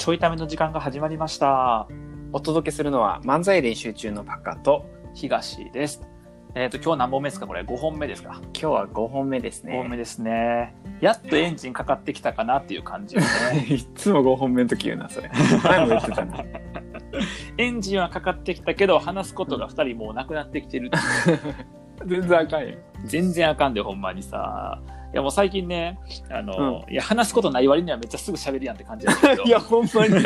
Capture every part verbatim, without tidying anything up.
ちょいための時間が始まりました。 お届けするのは漫才練習中のパカと東です。えっと今日何本目ですか？これごほんめですか？ 今日はごほんめですね。 ごほんめですね。やっとエンジンかかってきたかなっていう感じよね。 いつもごほんめの時言うなそれ。前も言ってたね。 エンジンはかかってきたけど話すことがふたりもうなくなってきてる。 全然あかんよ。 全然あかんでほんまにさ。いやもう最近ね、あの、 うん、 いや話すことない割にはめっちゃすぐ喋るやんって感じだけど。 いやほんまに。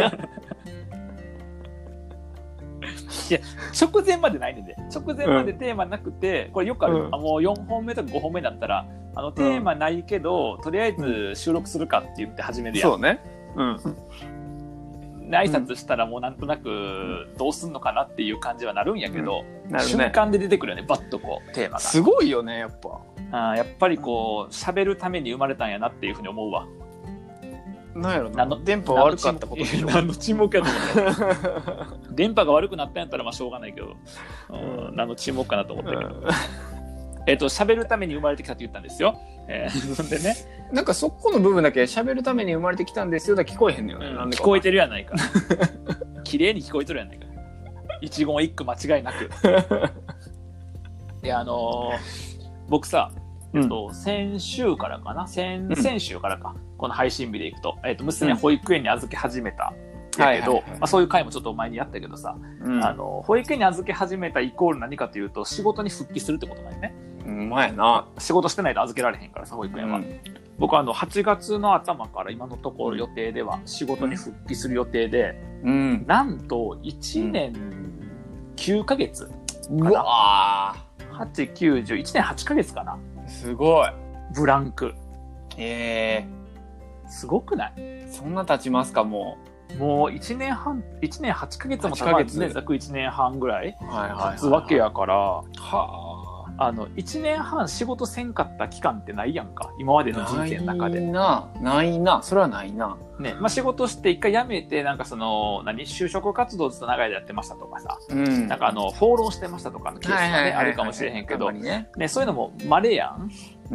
いや直前までないねんで、直前までテーマなくて、うん、これよくある、うん、あもうよんほんめとかごほんめだったらあのテーマないけど、うん、とりあえず収録するかって言って始めるやん。 そうね。うん。 で挨拶したらもうなんとなくどうすんのかなっていう感じはなるんやけど、 うん、なるね、 瞬間で出てくるよね、バッとこうテーマが。 すごいよねやっぱ。 あやっぱりこう喋るために生まれたんやなっていうふうに思うわ。 なんやろな、電波悪かったことでしょ。 何の沈黙やと思った電波が悪くなったんやったらまあしょうがないけど、うん、何の沈黙かなと思ったけど、うん、えっと喋るために生まれてきたって言ったんですよ、えー、そんでね、 なんかそこの部分だけ喋るために生まれてきたんですよだ聞こえへんのよね、 うん、 なんでか聞こえてるやないか。綺麗に聞こえてるやないか。一言一句間違いなく。いやあのー、僕さえっと、うん、先週からかな、先々週からか、うん、この配信日でいくと、えっと、娘は保育園に預け始めた。だけど、そういう回もちょっと前にやったけどさ、うん、あの保育園に預け始めたイコール何かというと仕事に復帰するってことなんよね。 うまいな。 仕事してないと預けられへんからさ、保育園は。うん、僕はあのはちがつの頭から今のところ予定では仕事に復帰する予定で、うん、なんといちねんきゅうかげつかな。うわはち、きゅう、じゅう、いちねんはちかげつかな。 すごい。 ブランク。 えー、すごくない？ そんな経ちますか？もうもういちねんはん、いちねんはちかげつも経たずね、ざくいちねんはんぐらい経つわけやから、はあ、あのいちねんはん仕事せんかった期間ってないやんか、今までの人生の中で。 ないな、ないな、それはないな。 ね、まあ、仕事して一回辞めて、なんかその、何、就職活動ずっと長い間やってましたとかさ、うん、なんかあの、放浪してましたとかのケースがね、はいはいはいはい、あるかもしれへんけど、ねね、そういうのも稀やん。うん。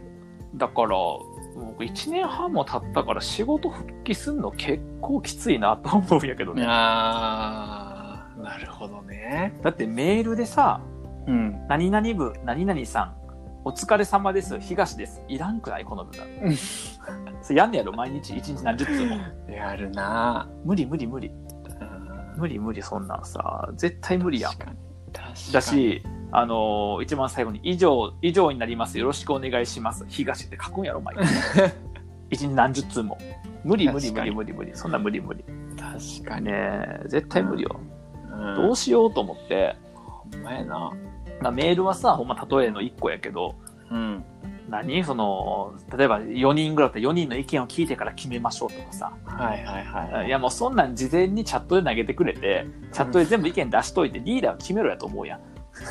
だから、僕いちねんはんも経ったから仕事復帰すんの結構きついなと思うんやけどね。 あー、なるほどね。 だってメールでさ、うん、何々部、何々さん、お疲れ様です、東です。いらんくないこの部分。それやんねやろ、毎日一日何十通も。 やるな。 無理無理無理。無理無理、そんなんさ、絶対無理やん。確かに。確かにだし、あのー、一番最後に以上、以上になります。よろしくお願いします。東って書くんやろ、毎日。一日何十通も。無理無理無理無理無理。そんな無理無理。 確かに。 ね絶対無理よ。うん、どうしようと思って。 ほんまやな。 まあ、メールはさ、ほんま例えのいっこやけど、うん、何その例えばよにんぐらいだったらよにんの意見を聞いてから決めましょうとかさ、 はいはいはい、 いやもうそんなん事前にチャットで投げてくれて、チャットで全部意見出しといて、うん、リーダーを決めろやと思うやん。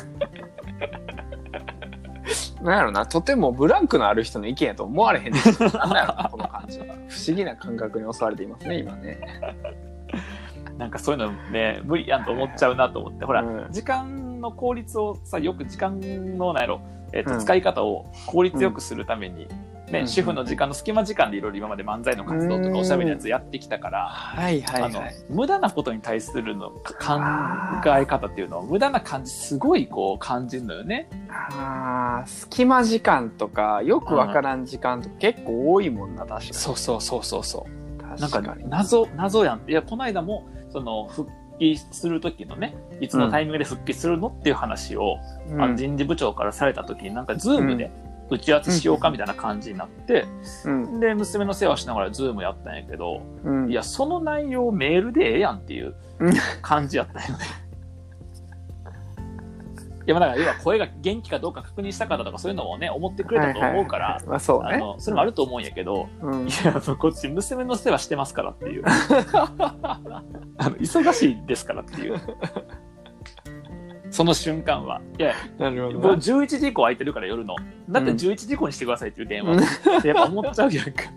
なんやろな、とてもブランクのある人の意見やと思われへんでしょ。なんだよなこの感じは。不思議な感覚に襲われていますね今ね。 なんかそういうのね無理やんと思っちゃうなと思って、ほら、うん、時間の効率をさ、よく時間のなんやろ、えーとうん、使い方を効率よくするために、うんね、主婦の時間の隙間時間でいろいろ今まで漫才の活動とかおしゃべりのやつやってきたから、はいはいはい、あの無駄なことに対するの考え方っていうのを無駄な感じすごいこう感じるのよね。 あ隙間時間とかよくわからん時間とか結構多いもんな。確かに。 そうそうそうそうそう。確かに。なんか謎謎やん。いやこの間もその復帰する時のね、いつのタイミングで復帰するのっていう話を、うん、あの人事部長からされた時になんかズームで打ち合わせしようかみたいな感じになって、うん、で娘の世話しながらズームやったんやけど、うん、いやその内容メールでええやんっていう感じやったよね。いやだから要は声が元気かどうか確認したかったとかそういうのもね思ってくれたと思うから、はいはいまあそうね、あのそれもあると思うんやけど、うん、いやこっち娘の世話してますからっていうあの忙しいですからっていうその瞬間はいやなるほどじゅういちじ以降空いてるから夜のだってじゅういちじ以降にしてくださいっていう電話、うん、ってやっぱ思っちゃうやんか。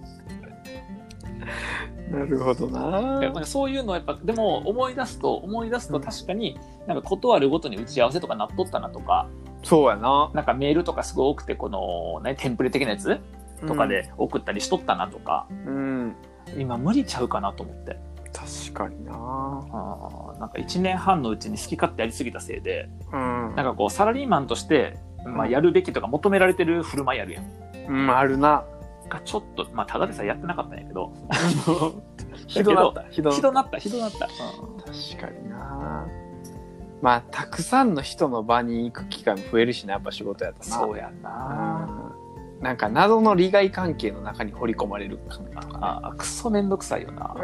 なるほどな。 なんかそういうのはやっぱでも思い出すと思い出すと確かになんか断るごとに打ち合わせとかなっとったなとか、 そうやな。 なんかメールとかすごい多くてこのねテンプレ的なやつとかで送ったりしとったなとか、うん、今無理ちゃうかなと思って。 確かにな。 あなんかいちねんはんのうちに好き勝手やりすぎたせいで、 うん。 なんかこうサラリーマンとして、まあ、やるべきとか求められてる振る舞いあるやん。 うん、あるな。 がちょっと、まあ、ただでさえやってなかったんやけど、 ひどなった。 ひどなった、ひどなった。 うん、確かにな。まあ、たくさんの人の場に行く機会も増えるしな、やっぱ仕事やとな。 そうやんな。 うん、なんか謎の利害関係の中に掘り込まれる感じとか、ね、 ああ、クソめんどくさいよな。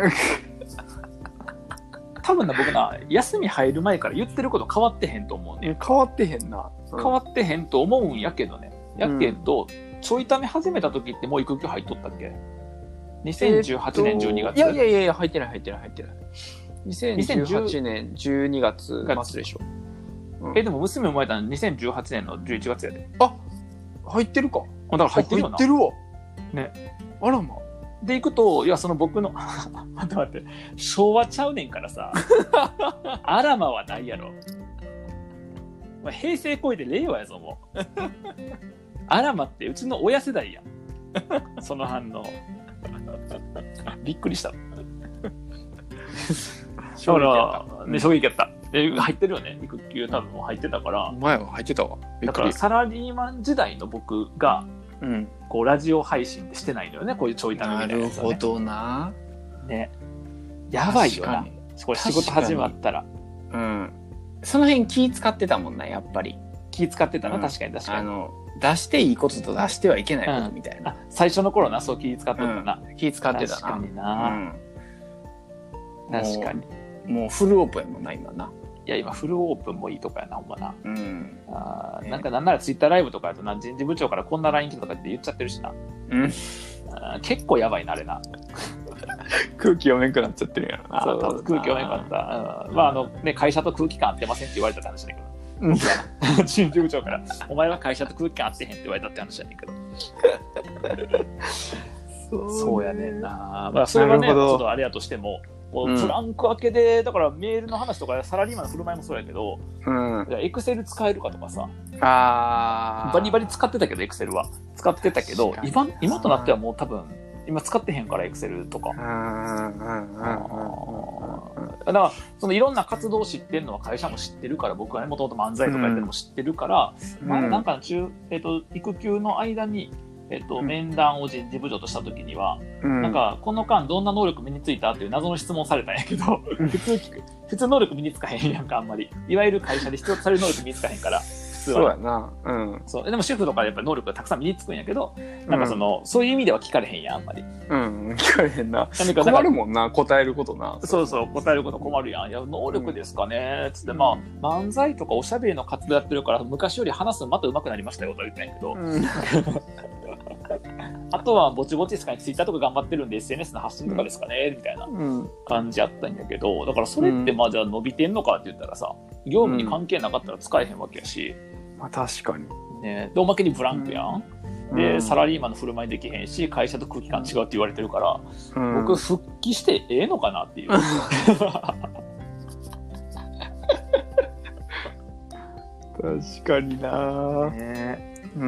多分な、僕な、休み入る前から言ってること変わってへんと思うね。 変わってへんな。 うん、変わってへんと思うんやけどね。やけど、うんちょいため始めた時ってもう育休入っとったっけ ?にせんじゅうはちねんじゅうにがつ、 えー、いやいやいや、入ってない入ってない入ってない。にせんじゅうはちねんじゅうにがつ末でしょ。 うん、え、でも娘生まれたのにせんじゅうはちねんのじゅういちがつやで。 あ、入ってるか。 だから入ってるよな。 入ってるわ。 ね。 あらま。 で行くと、いや、その僕の、待って待って、昭和ちゃうねんからさ、あらまはないやろ。まあ、平成超えて令和やぞ、もう。あらまってうちの親世代やん。その反応。びっくりした。 衝撃やった。 ね、衝撃やった。え、入ってるよね。育休多分もう入ってたから。 前は入ってたわ。 だからサラリーマン時代の僕が、うん、こうラジオ配信ってしてないのよね。こういうちょいためみたいなやつはね。 なるほどな。 ね。やばいよな。これ仕事始まったら。 うん。その辺気使ってたもんな、やっぱり。 気使ってたな、うん、確かに確かに。 あの出していいことと出してはいけないことみたいな。 うん、最初の頃な、そう気使ってたな。 うん、気使ってたな。 確かにな。うん、確かに。 もう、もうフルオープンやもんな、今な。 いや、今フルオープンもいいとかやな、ほんまな。 うん。 あなんかなんならツイッターライブとかだとな、人事部長からこんな ライン 来たとかって言っちゃってるしな。 うん。 あ結構やばいな、あれな。 空気読めんくなっちゃってるやろな。 そう空気読めんかった。うん、まあ、あのね、会社と空気感合ってませんって言われたって話だけど。僕は人事部長からお前は会社と空気感合ってへんって言われたって話やねんけどそうそうやねんな。まあそれはねちょっとあれやとしても、こうブランク明けでだからメールの話とかサラリーマンの振る舞いもそうやけど、エクセル使えるかとかさ、 あバリバリ使ってたけどエクセルは使ってたけど今今となってはもう多分今使ってへんからエクセルとか。だからそのいろんな活動を知ってるのは会社も知ってるから、僕はねもともと漫才とかやってるのも知ってるから、うん、まあなんか中、えー、と育休の間に、えーとうん、面談を人事部長とした時には、うん、なんかこの間どんな能力身についたっていう謎の質問されたんやけど、うん、普通聞く普通能力身につかへんやんか、あんまりいわゆる会社で必要とされる能力身につかへんから。 そうやな、うん、 そうでも主婦とかでやっぱり能力がたくさん身につくんやけど、なんかその、うん、そういう意味では聞かれへんやん、あんまり。 うん、聞かれへんな。困るもんな、答えることな。 そうそう、答えること困るやん。いや、能力ですかね、つって、まあ、漫才とかおしゃべりの活動やってるから、昔より話すのまた上手くなりましたよとは言ってんやけど。うんあとはぼちぼちですかね、ツイッターとか頑張ってるんで エスエヌエス の発信とかですかね、うん、みたいな感じやったんやけど、だからそれってまあじゃあ伸びてんのかって言ったらさ、業務に関係なかったら使えへんわけやし、 まあ確かに。 ね、でおまけにブランクやん。うん、でサラリーマンの振る舞いできへんし、会社と空気感違うって言われてるから、うん、僕復帰してええのかなっていう。 確かにな。 ね、 うん。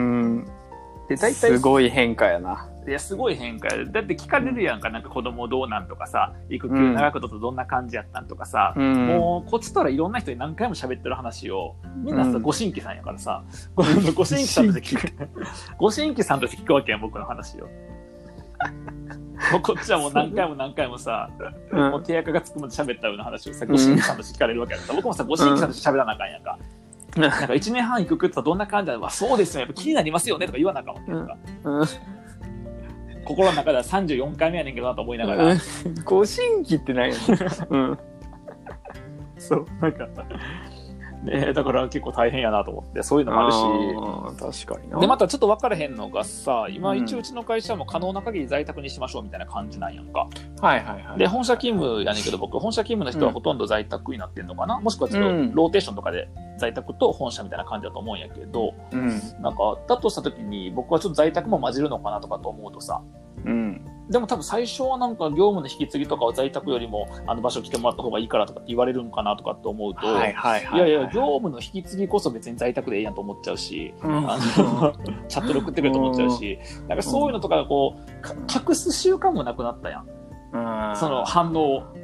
で大体すごい変化やな。 いやすごい変化や。だって聞かれるやんか、なんか子供どうなんとかさ、育休長くとってどんな感じやったんとかさ、うん、もうこっちとらいろんな人に何回も喋ってる話をみんなさ、うん、ご新規さんやからさ、ご新規さんとして聞くご新規さんとして聞くわけやん、僕の話を。もうこっちはもう何回も何回もさ、うん、もう契約がつくまで喋ったような話をさ、ご新規さんとして聞かれるわけやから、僕もさご新規さんとして喋らなあかんやんか。なんかいちねんはん育休ってどんな感じだろう、そうですよ、やっぱ気になりますよねとか言わなあかんわけやんか。うんうん、心の中ではさんじゅうよんかいめやねんけどなと思いながら、うん、 ご新規ってないよね、うん、 そうなんかね、だから結構大変やなと思って、そういうのもあるし、確かにな。 でまたちょっと分からへんのがさ、今一応うちの会社も可能な限り在宅にしましょうみたいな感じなんやんか。 はいはいはい。 で本社勤務やねんけど、僕本社勤務の人はほとんど在宅になってんのかな、うん、もしくはちょっとローテーションとかで在宅と本社みたいな感じだと思うんやけど、うん、なんかだとした時に僕はちょっと在宅も混じるのかなとかと思うとさ、うん、でも多分最初はなんか業務の引き継ぎとかは在宅よりもあの場所来てもらった方がいいからとかって言われるんかなとかって思うと、はいはいはいはい、いやいや業務の引き継ぎこそ別に在宅でええやんと思っちゃうし、うん、あのチャットで送ってくれと思っちゃうし、うん、なんかそういうのとかがこう隠す習慣もなくなったやん、うん、その反応を。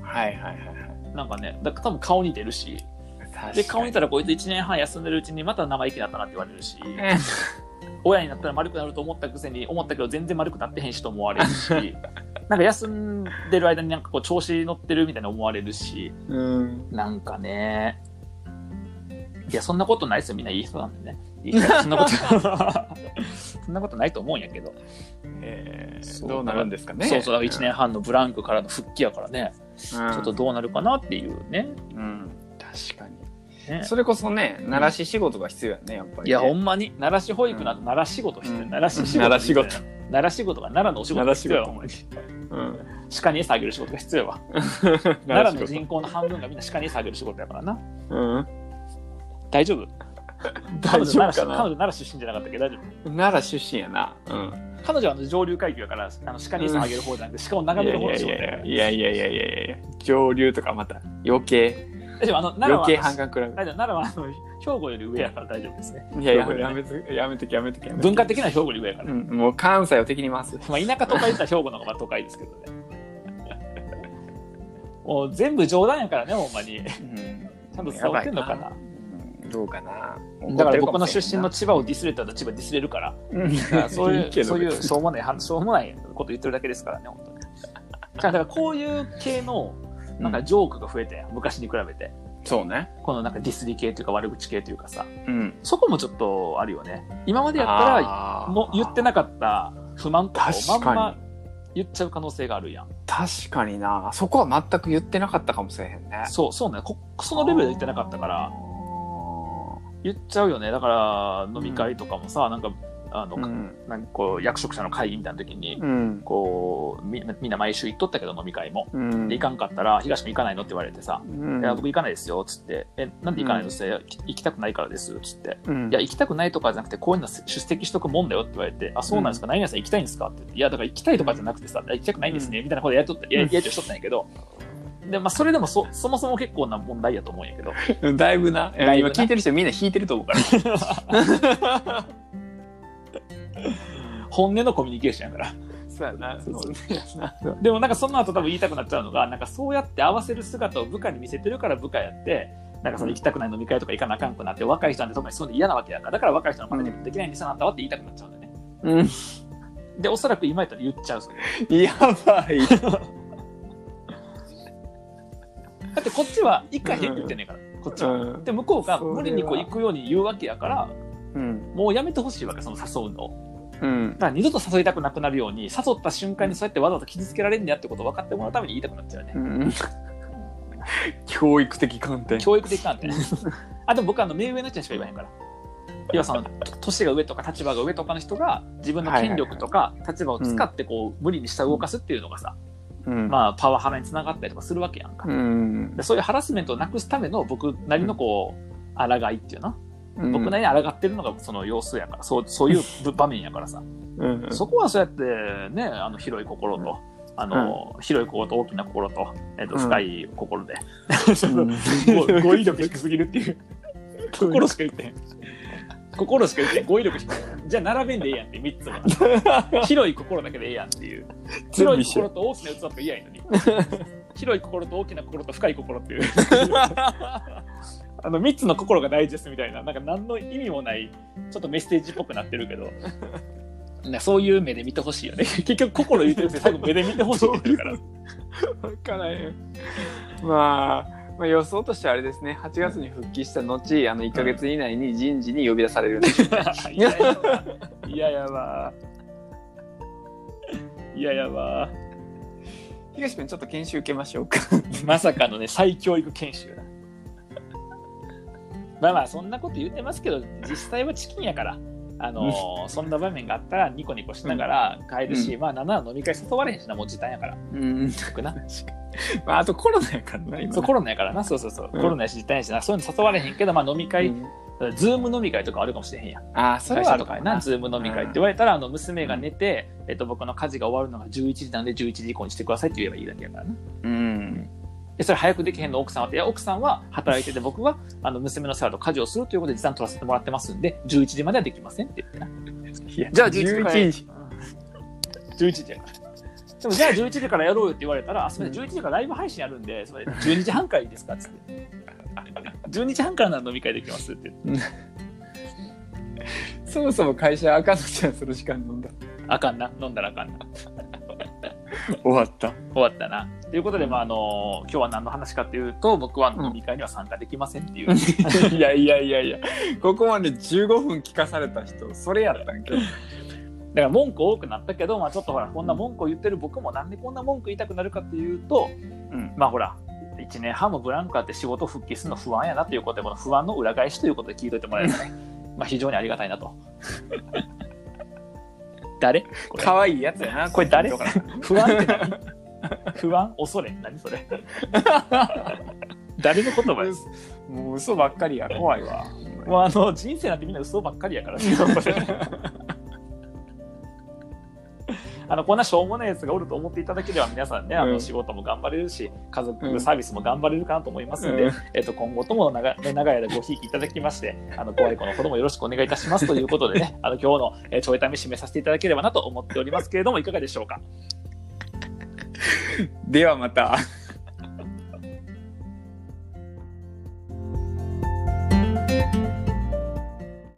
はいはいはいはい。 なんかね、だから多分顔に出るし、で、顔に出たらこいついちねんはん休んでるうちにまた生意気だったなって言われるし、親になったら丸くなると思ったくせに思ったけど全然丸くなってへんしと思われるし、なんか休んでる間になんかこう調子乗ってるみたいに思われるし、 うん、 なんかね、いやそんなことないですよ、みんないい人なんでね。いやそんなことそんなことないと思うんやけど、 えー、どうなるんですかね。 そうそう、だからいちねんはんのブランクからの復帰やからね、 うん、 ちょっとどうなるかなっていうね。 うん、確かに。 ね、 それこそね、慣らし仕事が必要やね、やっぱり、ね。 いや、ほんまに、慣らし保育など、慣らし仕事してる。慣らし仕事。 慣らし仕事。 慣らし仕事が奈良のお仕事が必要やわ、ほんまに。 うん。 鹿に餌あげる仕事が必要やわ。奈良の人口の半分がみんな鹿に餌あげる仕事やからな。 うん。 大丈夫大丈夫かな。 彼女奈良出身じゃなかったっけ、大丈夫。 奈良出身やな。うん。 彼女は上流階級やから、あの鹿に餌あげる方じゃなくて、鹿を眺める方の仕事やから。 いやいやいやいやいやいや、上流とかまた余計。 でもあの奈良は余計半額くらい。 奈良はあの兵庫より上やから大丈夫ですね。 いやいや、やめてやめてやめて文化的な兵庫より上やから、 うん、もう関西を敵に回す。 まあ田舎都会行ったら兵庫の方が都会ですけどね。もう全部冗談やからね、ほんまに。うん、ちゃんと伝わってんのかな。 どうかな。 だから僕の出身の千葉をディスれたら千葉ディスれるから。から、そういうそういうしょうもないしょうもないこと言ってるだけですからね、本当に。だからこういう系のなんかジョークが増えて、うん、昔に比べて。 そうね。 このなんかディスり系というか悪口系というかさ、 うん、 そこもちょっとあるよね。今までやったらも言ってなかった不満とかをまんま言っちゃう可能性があるやん。 確かにな。そこは全く言ってなかったかもしれへんね。 そうそうね。こそのレベルで言ってなかったから言っちゃうよね。だから飲み会とかもさ、うん、なんかあの、うん、なんかこう役職者の会議みたいな時に、うん、こう み, みんな毎週行っとったけど飲み会も、うん、で行かんかったら東も行かないのって言われてさ、うん、いや僕行かないですよっつって、えなんで行かないのって言って、うん、行きたくないからですっつって、うん、いや行きたくないとかじゃなくてこういうの出席しとくもんだよって言われて、あそうなんですか、うん、何々さん行きたいんですかって言って、いやだから行きたいとかじゃなくてさ、行きたくないんですね、うん、みたいなことやっとったやりとりしとったんやけど、でまあ、それでも そ, そもそも結構な問題やと思うんやけどだいぶな、だいぶな今聞いてる人みんな引いてると思うから本音のコミュニケーションやから。 そうやな。 そうでもなんかその後多分言いたくなっちゃうのが、なんかそうやって合わせる姿を部下に見せてるから部下やって、なんかその行きたくない飲み会とか行かなあかんくなって、若い人なんて特にそういうの嫌なわけやから、だから若い人のマネできないんですよあんたはって言いたくなっちゃうんだよね。 うん。 でおそらく今やったら言っちゃうそれ。やばい。 だってこっちは行かへんって言ってんねんから、うん、こっちは、うん、で向こうが無理にこう行くように言うわけやから、うん、もうやめてほしいわけ、その誘うのを、うん、だから二度と誘いたくなくなるように、誘った瞬間にそうやってわざわざ傷つけられんねやってことを分かってもらうために言いたくなっちゃうね、うん、 教育的観点教育的観点あでも僕はあの目上の人にしか言わへんから、要はその年が上とか立場が上とかの人が自分の権力とか立場を使ってこう無理に下を動かすっていうのがさ、うん、まあパワハラにつながったりとかするわけやんか、うん、でそういうハラスメントをなくすための僕なりのこう抗いっていうの、うん、僕なりに抗ってるのがその様子やから、そう、そういう場面やからさ、うん、そこはそうやってね、あの広い心とあの、うん、広い心と大きな心と、えーと、深い心で、うん、語彙力低すぎるっていう心しか言ってへん心しか言って語彙力しかじゃあ並べんでええやんってみっつも広い心だけでええやんっていう、広い心と大きな器とか嫌やのに広い心と大きな心と深い心っていうあのみっつの心が大事ですみたいな、なんか何の意味もないちょっとメッセージっぽくなってるけどな、そういう目で見てほしいよね結局心言ってるって最後目で見てほしいって言ってるから分からへん。まあまあ、予想としてはあれですね、はちがつに復帰した後、あのいっかげつ以内に人事に呼び出されるんですよ、ね、 いややばいややばいややば東君ちょっと研修受けましょうかまさかのね再教育研修だまあまあそんなこと言ってますけど実際はチキンやから、あのーうん、そんな場面があったらニコニコしながら帰るし、うん、まあなんなら飲み会誘われへんしな、もう時短やから、うん、僕なまあ、あとコロナやからな今そうコロナやからな、そうそうそう、うん、コロナやし時短やしな、そういうの誘われへんけど、まあ飲み会、うん、ズーム飲み会とかあるかもしれへんやん。 ああ、それはあるかもな。 なズーム飲み会って言われたら、あの娘が寝て、えっと僕の家事が終わるのがじゅういちじなんでじゅういちじ以降にしてくださいって言えばいいだけやからな。うん。でそれ早くできへんの奥さんはって、いや奥さんは働いてて僕はあの娘の世話と家事をするということで時短取らせてもらってますんでじゅういちじまではできませんって言ってな。いやじゃあじゅういちじ。じゅういちじやから。 でもじゃあじゅういちじからやろうよって言われたら、あ、すみません、じゅういちじからライブ配信やるんで、すみません、じゅうにじはんからいいですかっつって。じゅうにじはんからの飲み会できますって言って。 そもそも会社あかんのじゃん、その時間飲んだ。 あかんな、飲んだらあかんな。 終わった。 終わったな。ということで、まああの今日は何の話かというと、僕は飲み会には参加できませんっていう。 いやいやいやいや、ここまでじゅうごふん聞かされた人、それやったんけ。 だから文句多くなったけど、まあ、ちょっとほらこんな文句を言ってる僕もなんでこんな文句言いたくなるかっていうと、うん、まあほらいちねんはんもブランクあって仕事復帰するの不安やなということで、この不安の裏返しということで聞いといてもらえるとねまあ非常にありがたいなと。誰かわいいやつやな。 これ誰不安って何不安恐れ何それ誰の言葉です。 もう嘘ばっかりや。怖いわ。 もうあの人生なんてみんな嘘ばっかりやからねあのこんなしょうもないやつがおると思っていただければ、皆さんね、あの仕事も頑張れるし、家族サービスも頑張れるかなと思いますので、うん、えっと、今後とも長長い間ごひいきいただきまして、あのご愛顧のほどもよろしくお願いいたしますということでね、あの今日の、えー、ちょいため締めさせていただければなと思っておりますけれども、いかがでしょうか。 ではまた。